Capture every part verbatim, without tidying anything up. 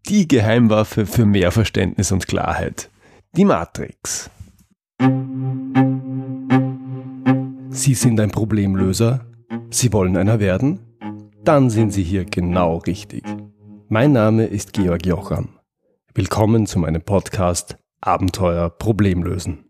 Die Geheimwaffe für mehr Verständnis und Klarheit. Die Matrix. Sie sind ein Problemlöser? Sie wollen einer werden? Dann sind Sie hier genau richtig. Mein Name ist Georg Jocham. Willkommen zu meinem Podcast Abenteuer Problemlösen.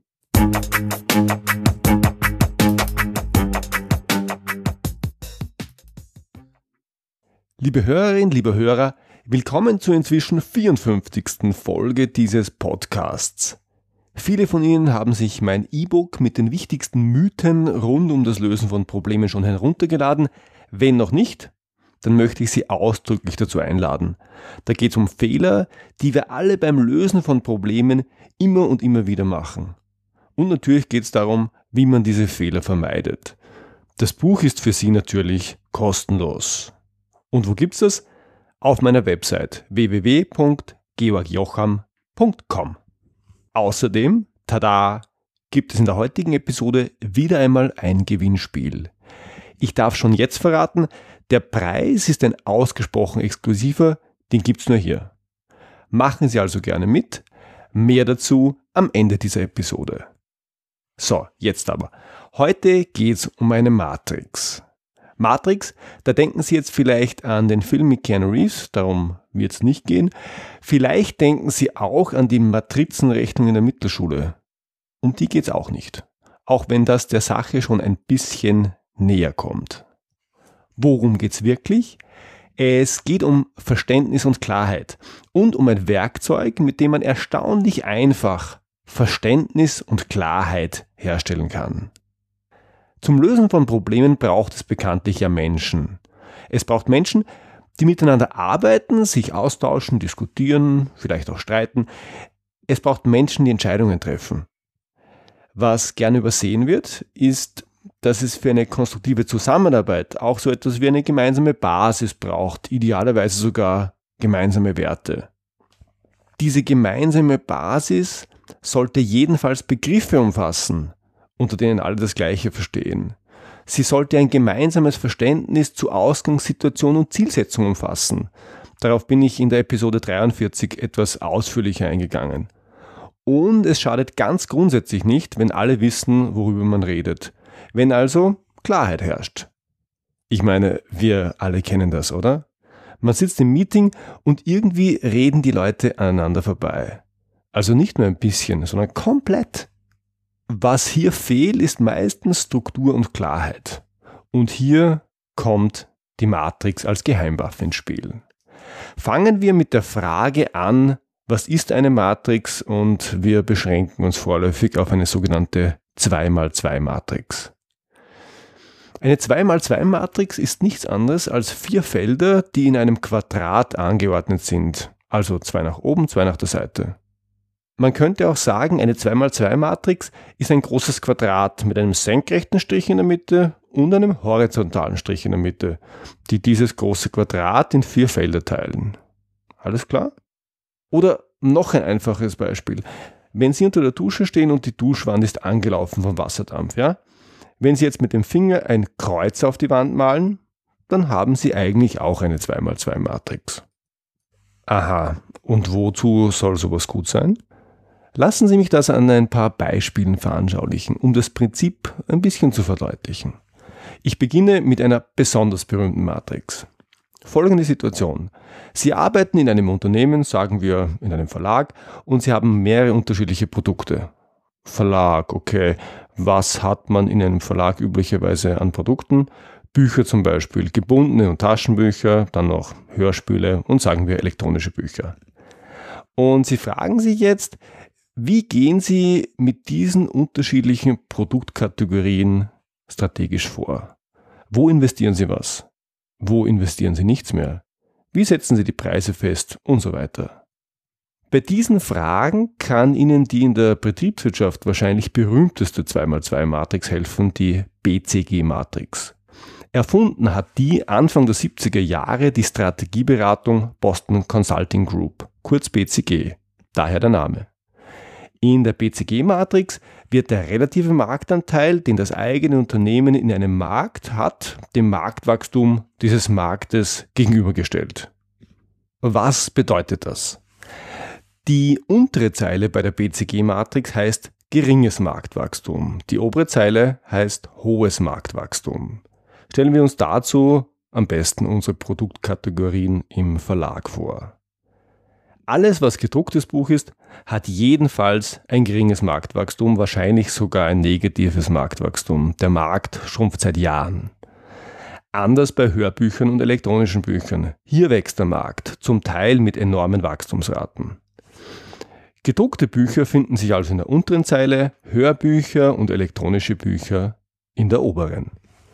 Liebe Hörerinnen, liebe Hörer, willkommen zur inzwischen vierundfünfzigsten Folge dieses Podcasts. Viele von Ihnen haben sich mein E-Book mit den wichtigsten Mythen rund um das Lösen von Problemen schon heruntergeladen. Wenn noch nicht, dann möchte ich Sie ausdrücklich dazu einladen. Da geht es um Fehler, die wir alle beim Lösen von Problemen immer und immer wieder machen. Und natürlich geht es darum, wie man diese Fehler vermeidet. Das Buch ist für Sie natürlich kostenlos. Und wo gibt's das? Auf meiner Website w w w punkt georg jocham punkt com. Außerdem, tada, gibt es in der heutigen Episode wieder einmal ein Gewinnspiel. Ich darf schon jetzt verraten, der Preis ist ein ausgesprochen exklusiver, den gibt's nur hier. Machen Sie also gerne mit, mehr dazu am Ende dieser Episode. So, jetzt aber. Heute geht's um eine Matrix. Matrix, da denken Sie jetzt vielleicht an den Film mit Keanu Reeves, darum wird es nicht gehen. Vielleicht denken Sie auch an die Matrizenrechnung in der Mittelschule. Um die geht es auch nicht. Auch wenn das der Sache schon ein bisschen näher kommt. Worum geht es wirklich? Es geht um Verständnis und Klarheit und um ein Werkzeug, mit dem man erstaunlich einfach Verständnis und Klarheit herstellen kann. Zum Lösen von Problemen braucht es bekanntlich ja Menschen. Es braucht Menschen, die miteinander arbeiten, sich austauschen, diskutieren, vielleicht auch streiten. Es braucht Menschen, die Entscheidungen treffen. Was gerne übersehen wird, ist, dass es für eine konstruktive Zusammenarbeit auch so etwas wie eine gemeinsame Basis braucht, idealerweise sogar gemeinsame Werte. Diese gemeinsame Basis sollte jedenfalls Begriffe umfassen, unter denen alle das Gleiche verstehen. Sie sollte ein gemeinsames Verständnis zu Ausgangssituation und Zielsetzung umfassen. Darauf bin ich in der Episode dreiundvierzig etwas ausführlicher eingegangen. Und es schadet ganz grundsätzlich nicht, wenn alle wissen, worüber man redet. Wenn also Klarheit herrscht. Ich meine, wir alle kennen das, oder? Man sitzt im Meeting und irgendwie reden die Leute aneinander vorbei. Also nicht nur ein bisschen, sondern komplett. Was hier fehlt, ist meistens Struktur und Klarheit. Und hier kommt die Matrix als Geheimwaffe ins Spiel. Fangen wir mit der Frage an, was ist eine Matrix? Und wir beschränken uns vorläufig auf eine sogenannte zwei mal zwei Matrix. Eine zwei mal zwei Matrix ist nichts anderes als vier Felder, die in einem Quadrat angeordnet sind. Also zwei nach oben, zwei nach der Seite. Man könnte auch sagen, eine zwei mal zwei Matrix ist ein großes Quadrat mit einem senkrechten Strich in der Mitte und einem horizontalen Strich in der Mitte, die dieses große Quadrat in vier Felder teilen. Alles klar? Oder noch ein einfaches Beispiel. Wenn Sie unter der Dusche stehen und die Duschwand ist angelaufen vom Wasserdampf, ja? Wenn Sie jetzt mit dem Finger ein Kreuz auf die Wand malen, dann haben Sie eigentlich auch eine zwei mal zwei Matrix. Aha, und wozu soll sowas gut sein? Lassen Sie mich das an ein paar Beispielen veranschaulichen, um das Prinzip ein bisschen zu verdeutlichen. Ich beginne mit einer besonders berühmten Matrix. Folgende Situation. Sie arbeiten in einem Unternehmen, sagen wir in einem Verlag, und Sie haben mehrere unterschiedliche Produkte. Verlag, okay. Was hat man in einem Verlag üblicherweise an Produkten? Bücher zum Beispiel, gebundene und Taschenbücher, dann noch Hörspiele und sagen wir elektronische Bücher. Und Sie fragen sich jetzt, wie gehen Sie mit diesen unterschiedlichen Produktkategorien strategisch vor? Wo investieren Sie was? Wo investieren Sie nichts mehr? Wie setzen Sie die Preise fest? Und so weiter. Bei diesen Fragen kann Ihnen die in der Betriebswirtschaft wahrscheinlich berühmteste zwei mal zwei Matrix helfen, die B C G-Matrix. Erfunden hat die Anfang der siebziger Jahre die Strategieberatung Boston Consulting Group, kurz B C G, daher der Name. In der B C G-Matrix wird der relative Marktanteil, den das eigene Unternehmen in einem Markt hat, dem Marktwachstum dieses Marktes gegenübergestellt. Was bedeutet das? Die untere Zeile bei der B C G-Matrix heißt geringes Marktwachstum. Die obere Zeile heißt hohes Marktwachstum. Stellen wir uns dazu am besten unsere Produktkategorien im Verlag vor. Alles, was gedrucktes Buch ist, hat jedenfalls ein geringes Marktwachstum, wahrscheinlich sogar ein negatives Marktwachstum. Der Markt schrumpft seit Jahren. Anders bei Hörbüchern und elektronischen Büchern. Hier wächst der Markt, zum Teil mit enormen Wachstumsraten. Gedruckte Bücher finden sich also in der unteren Zeile, Hörbücher und elektronische Bücher in der oberen.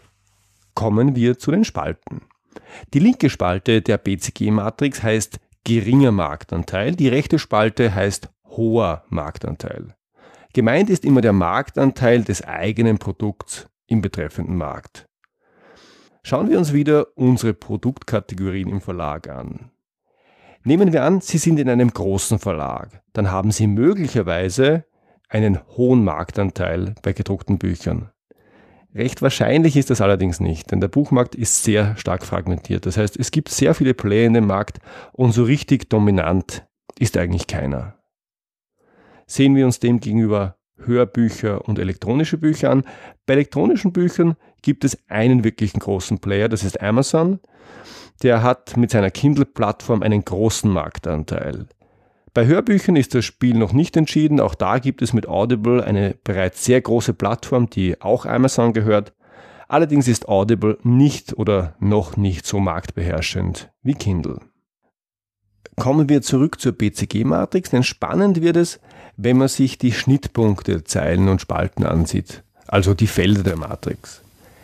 Kommen wir zu den Spalten. Die linke Spalte der B C G-Matrix heißt geringer Marktanteil, die rechte Spalte heißt hoher Marktanteil. Gemeint ist immer der Marktanteil des eigenen Produkts im betreffenden Markt. Schauen wir uns wieder unsere Produktkategorien im Verlag an. Nehmen wir an, Sie sind in einem großen Verlag, dann haben Sie möglicherweise einen hohen Marktanteil bei gedruckten Büchern. Recht wahrscheinlich ist das allerdings nicht, denn der Buchmarkt ist sehr stark fragmentiert. Das heißt, es gibt sehr viele Player in dem Markt und so richtig dominant ist eigentlich keiner. Sehen wir uns dem gegenüber Hörbücher und elektronische Bücher an. Bei elektronischen Büchern gibt es einen wirklichen großen Player, das ist Amazon. Der hat mit seiner Kindle-Plattform einen großen Marktanteil. Bei Hörbüchern ist das Spiel noch nicht entschieden. Auch da gibt es mit Audible eine bereits sehr große Plattform, die auch Amazon gehört. Allerdings ist Audible nicht oder noch nicht so marktbeherrschend wie Kindle. Kommen wir zurück zur B C G-Matrix, denn spannend wird es, wenn man sich die Schnittpunkte, Zeilen und Spalten ansieht, also die Felder der Matrix.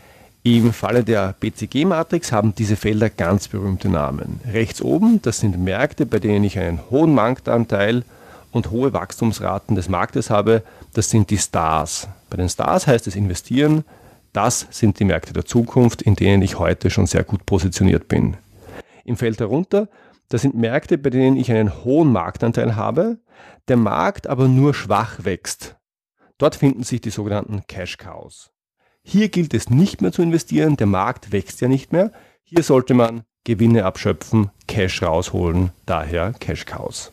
Im Falle der B C G-Matrix haben diese Felder ganz berühmte Namen. Rechts oben, das sind Märkte, bei denen ich einen hohen Marktanteil und hohe Wachstumsraten des Marktes habe. Das sind die Stars. Bei den Stars heißt es investieren. Das sind die Märkte der Zukunft, in denen ich heute schon sehr gut positioniert bin. Im Feld darunter, das sind Märkte, bei denen ich einen hohen Marktanteil habe, der Markt aber nur schwach wächst. Dort finden sich die sogenannten Cash Cows. Hier gilt es nicht mehr zu investieren, der Markt wächst ja nicht mehr. Hier sollte man Gewinne abschöpfen, Cash rausholen, daher Cash Cows.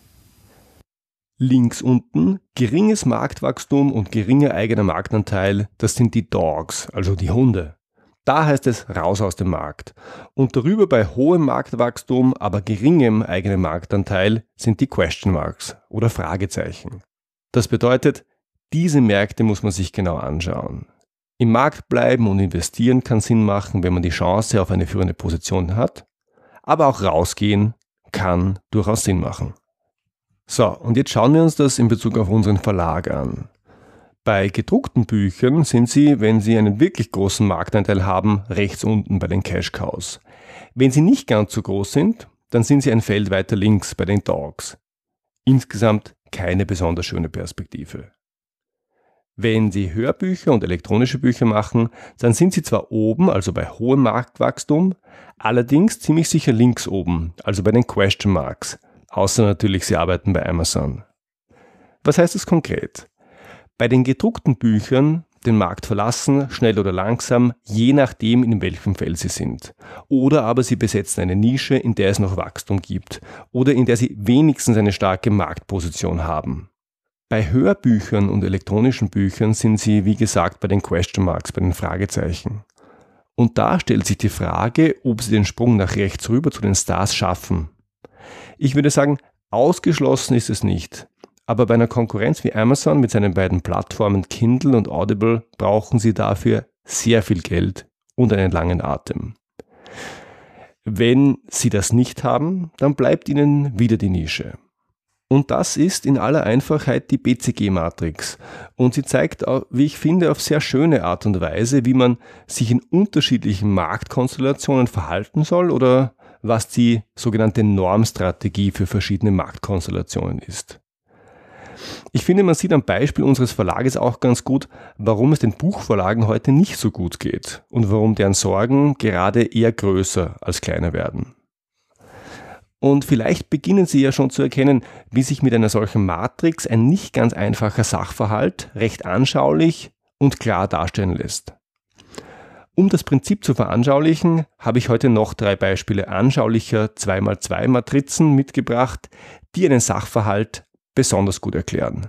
Links unten, geringes Marktwachstum und geringer eigener Marktanteil, das sind die Dogs, also die Hunde. Da heißt es raus aus dem Markt. Und darüber bei hohem Marktwachstum, aber geringem eigenen Marktanteil sind die Question Marks oder Fragezeichen. Das bedeutet, diese Märkte muss man sich genau anschauen. Im Markt bleiben und investieren kann Sinn machen, wenn man die Chance auf eine führende Position hat, aber auch rausgehen kann durchaus Sinn machen. So, und jetzt schauen wir uns das in Bezug auf unseren Verlag an. Bei gedruckten Büchern sind sie, wenn sie einen wirklich großen Marktanteil haben, rechts unten bei den Cash Cows. Wenn sie nicht ganz so groß sind, dann sind sie ein Feld weiter links bei den Dogs. Insgesamt keine besonders schöne Perspektive. Wenn Sie Hörbücher und elektronische Bücher machen, dann sind Sie zwar oben, also bei hohem Marktwachstum, allerdings ziemlich sicher links oben, also bei den Question Marks, außer natürlich Sie arbeiten bei Amazon. Was heißt das konkret? Bei den gedruckten Büchern den Markt verlassen, schnell oder langsam, je nachdem in welchem Feld Sie sind. Oder aber Sie besetzen eine Nische, in der es noch Wachstum gibt oder in der Sie wenigstens eine starke Marktposition haben. Bei Hörbüchern und elektronischen Büchern sind Sie, wie gesagt, bei den Question Marks, bei den Fragezeichen. Und da stellt sich die Frage, ob Sie den Sprung nach rechts rüber zu den Stars schaffen. Ich würde sagen, ausgeschlossen ist es nicht. Aber bei einer Konkurrenz wie Amazon mit seinen beiden Plattformen Kindle und Audible brauchen Sie dafür sehr viel Geld und einen langen Atem. Wenn Sie das nicht haben, dann bleibt Ihnen wieder die Nische. Und das ist in aller Einfachheit die B C G-Matrix. Und sie zeigt, wie ich finde, auf sehr schöne Art und Weise, wie man sich in unterschiedlichen Marktkonstellationen verhalten soll oder was die sogenannte Normstrategie für verschiedene Marktkonstellationen ist. Ich finde, man sieht am Beispiel unseres Verlages auch ganz gut, warum es den Buchverlagen heute nicht so gut geht und warum deren Sorgen gerade eher größer als kleiner werden. Und vielleicht beginnen Sie ja schon zu erkennen, wie sich mit einer solchen Matrix ein nicht ganz einfacher Sachverhalt recht anschaulich und klar darstellen lässt. Um das Prinzip zu veranschaulichen, habe ich heute noch drei Beispiele anschaulicher zwei mal zwei Matrizen mitgebracht, die einen Sachverhalt besonders gut erklären.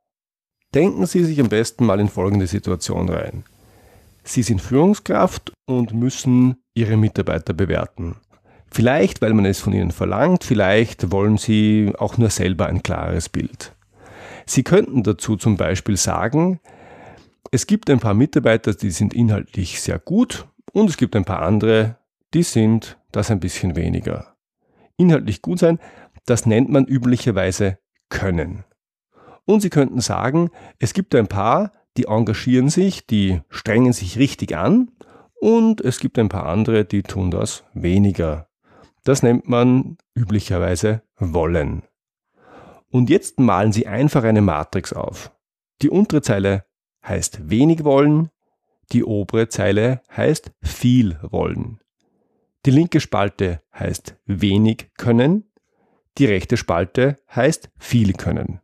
Denken Sie sich am besten mal in folgende Situation rein. Sie sind Führungskraft und müssen Ihre Mitarbeiter bewerten. Vielleicht, weil man es von ihnen verlangt, vielleicht wollen Sie auch nur selber ein klares Bild. Sie könnten dazu zum Beispiel sagen, es gibt ein paar Mitarbeiter, die sind inhaltlich sehr gut und es gibt ein paar andere, die sind das ein bisschen weniger. Inhaltlich gut sein, das nennt man üblicherweise Können. Und Sie könnten sagen, es gibt ein paar, die engagieren sich, die strengen sich richtig an und es gibt ein paar andere, die tun das weniger. Das nennt man üblicherweise Wollen. Und jetzt malen Sie einfach eine Matrix auf. Die untere Zeile heißt wenig wollen, die obere Zeile heißt viel wollen. Die linke Spalte heißt wenig können, die rechte Spalte heißt viel können.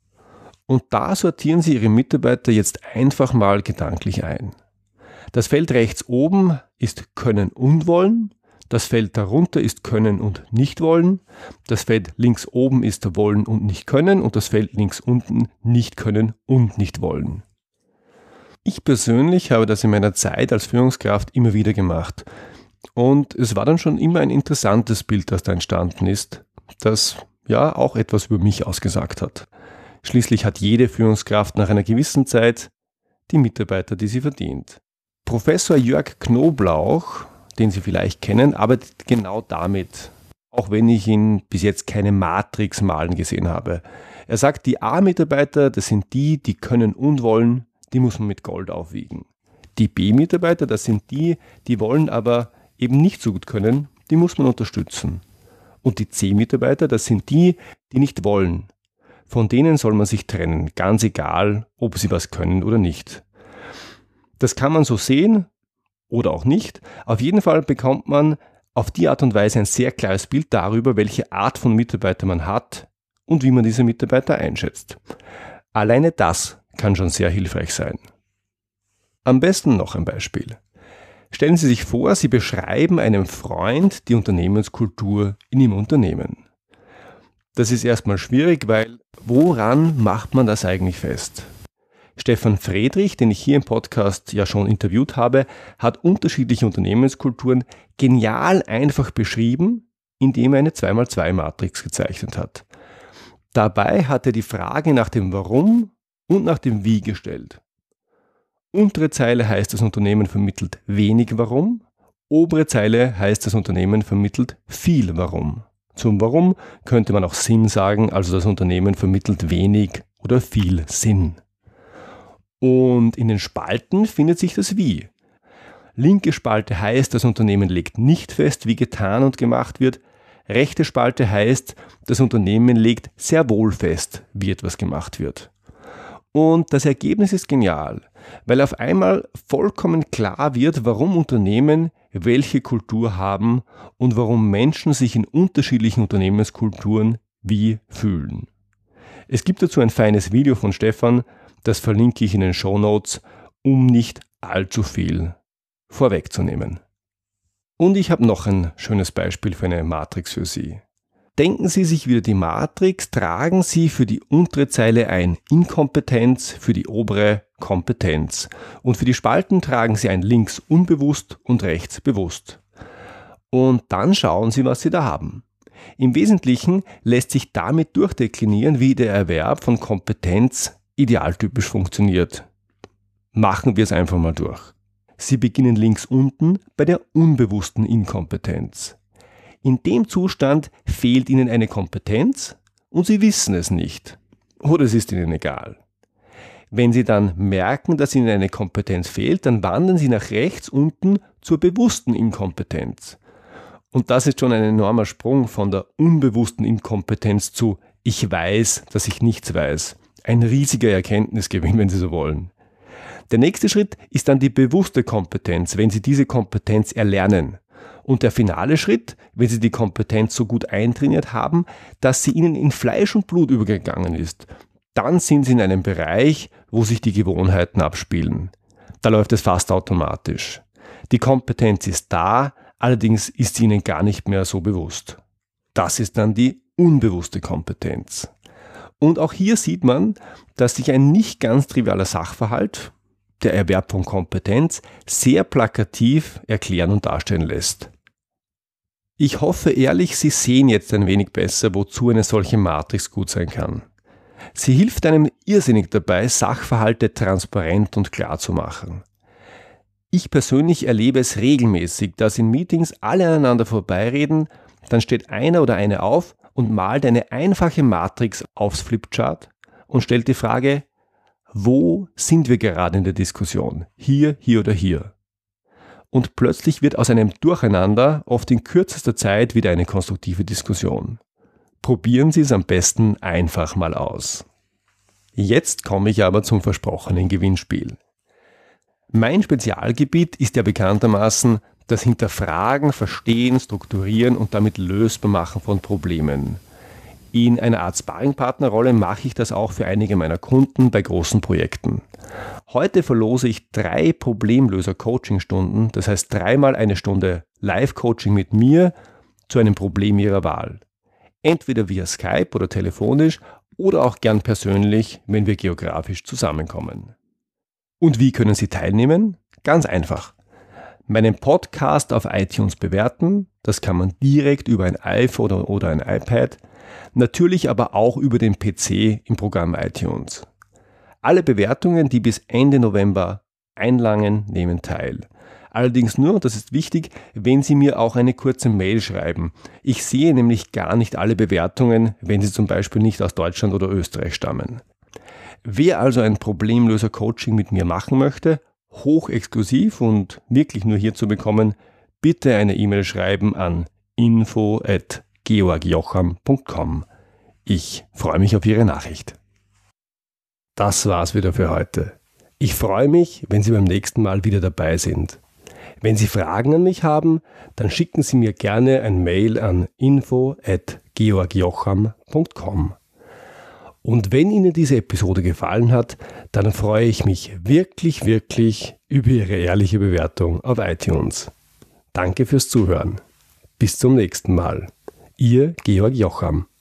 Und da sortieren Sie Ihre Mitarbeiter jetzt einfach mal gedanklich ein. Das Feld rechts oben ist Können und Wollen, das Feld darunter ist Können und Nicht-Wollen, das Feld links oben ist Wollen und Nicht-Können und das Feld links unten Nicht-Können und Nicht-Wollen. Ich persönlich habe das in meiner Zeit als Führungskraft immer wieder gemacht und es war dann schon immer ein interessantes Bild, das da entstanden ist, das ja auch etwas über mich ausgesagt hat. Schließlich hat jede Führungskraft nach einer gewissen Zeit die Mitarbeiter, die sie verdient. Professor Jörg Knoblauch, den Sie vielleicht kennen, arbeitet genau damit, auch wenn ich ihn bis jetzt keine Matrix malen gesehen habe. Er sagt, die A-Mitarbeiter, das sind die, die können und wollen, die muss man mit Gold aufwiegen. Die B-Mitarbeiter, das sind die, die wollen, aber eben nicht so gut können, die muss man unterstützen. Und die C-Mitarbeiter, das sind die, die nicht wollen. Von denen soll man sich trennen, ganz egal, ob sie was können oder nicht. Das kann man so sehen oder auch nicht. Auf jeden Fall bekommt man auf die Art und Weise ein sehr klares Bild darüber, welche Art von Mitarbeiter man hat und wie man diese Mitarbeiter einschätzt. Alleine das kann schon sehr hilfreich sein. Am besten noch ein Beispiel. Stellen Sie sich vor, Sie beschreiben einem Freund die Unternehmenskultur in Ihrem Unternehmen. Das ist erstmal schwierig, weil woran macht man das eigentlich fest? Stefan Friedrich, den ich hier im Podcast ja schon interviewt habe, hat unterschiedliche Unternehmenskulturen genial einfach beschrieben, indem er eine zwei mal zwei Matrix gezeichnet hat. Dabei hat er die Frage nach dem Warum und nach dem Wie gestellt. Untere Zeile heißt, das Unternehmen vermittelt wenig Warum, obere Zeile heißt, das Unternehmen vermittelt viel Warum. Zum Warum könnte man auch Sinn sagen, also das Unternehmen vermittelt wenig oder viel Sinn. Und in den Spalten findet sich das Wie. Linke Spalte heißt, das Unternehmen legt nicht fest, wie getan und gemacht wird. Rechte Spalte heißt, das Unternehmen legt sehr wohl fest, wie etwas gemacht wird. Und das Ergebnis ist genial, weil auf einmal vollkommen klar wird, warum Unternehmen welche Kultur haben und warum Menschen sich in unterschiedlichen Unternehmenskulturen wie fühlen. Es gibt dazu ein feines Video von Stefan, das verlinke ich in den Shownotes, um nicht allzu viel vorwegzunehmen. Und ich habe noch ein schönes Beispiel für eine Matrix für Sie. Denken Sie sich wieder die Matrix, tragen Sie für die untere Zeile ein Inkompetenz, für die obere Kompetenz. Und für die Spalten tragen Sie ein links unbewusst und rechts bewusst. Und dann schauen Sie, was Sie da haben. Im Wesentlichen lässt sich damit durchdeklinieren, wie der Erwerb von Kompetenz idealtypisch funktioniert. Machen wir es einfach mal durch. Sie beginnen links unten bei der unbewussten Inkompetenz. In dem Zustand fehlt Ihnen eine Kompetenz und Sie wissen es nicht. Oder es ist Ihnen egal. Wenn Sie dann merken, dass Ihnen eine Kompetenz fehlt, dann wandern Sie nach rechts unten zur bewussten Inkompetenz. Und das ist schon ein enormer Sprung von der unbewussten Inkompetenz zu ich weiß, dass ich nichts weiß. Ein riesiger Erkenntnisgewinn, wenn Sie so wollen. Der nächste Schritt ist dann die bewusste Kompetenz, wenn Sie diese Kompetenz erlernen. Und der finale Schritt, wenn Sie die Kompetenz so gut eintrainiert haben, dass sie Ihnen in Fleisch und Blut übergegangen ist, dann sind Sie in einem Bereich, wo sich die Gewohnheiten abspielen. Da läuft es fast automatisch. Die Kompetenz ist da, allerdings ist sie Ihnen gar nicht mehr so bewusst. Das ist dann die unbewusste Kompetenz. Und auch hier sieht man, dass sich ein nicht ganz trivialer Sachverhalt, der Erwerb von Kompetenz, sehr plakativ erklären und darstellen lässt. Ich hoffe ehrlich, Sie sehen jetzt ein wenig besser, wozu eine solche Matrix gut sein kann. Sie hilft einem irrsinnig dabei, Sachverhalte transparent und klar zu machen. Ich persönlich erlebe es regelmäßig, dass in Meetings alle aneinander vorbeireden, dann steht einer oder eine auf und malt eine einfache Matrix aufs Flipchart und stellt die Frage, wo sind wir gerade in der Diskussion? Hier, hier oder hier? Und plötzlich wird aus einem Durcheinander oft in kürzester Zeit wieder eine konstruktive Diskussion. Probieren Sie es am besten einfach mal aus. Jetzt komme ich aber zum versprochenen Gewinnspiel. Mein Spezialgebiet ist ja bekanntermaßen das Hinterfragen, Verstehen, Strukturieren und damit lösbar machen von Problemen. In einer Art Sparringpartnerrolle mache ich das auch für einige meiner Kunden bei großen Projekten. Heute verlose ich drei Problemlöser-Coaching-Stunden, das heißt dreimal eine Stunde Live-Coaching mit mir zu einem Problem Ihrer Wahl. Entweder via Skype oder telefonisch oder auch gern persönlich, wenn wir geografisch zusammenkommen. Und wie können Sie teilnehmen? Ganz einfach. Meinen Podcast auf iTunes bewerten, das kann man direkt über ein iPhone oder, oder ein iPad, natürlich aber auch über den P C im Programm iTunes. Alle Bewertungen, die bis Ende November einlangen, nehmen teil. Allerdings nur, das ist wichtig, wenn Sie mir auch eine kurze Mail schreiben. Ich sehe nämlich gar nicht alle Bewertungen, wenn sie zum Beispiel nicht aus Deutschland oder Österreich stammen. Wer also ein Problemlöser-Coaching mit mir machen möchte, hochexklusiv und wirklich nur hier zu bekommen, bitte eine E-Mail schreiben an info at georg jocham punkt com. Ich freue mich auf Ihre Nachricht. Das war's wieder für heute. Ich freue mich, wenn Sie beim nächsten Mal wieder dabei sind. Wenn Sie Fragen an mich haben, dann schicken Sie mir gerne ein Mail an info at georg jocham punkt com. Und wenn Ihnen diese Episode gefallen hat, dann freue ich mich wirklich, wirklich über Ihre ehrliche Bewertung auf iTunes. Danke fürs Zuhören. Bis zum nächsten Mal. Ihr Georg Jocham.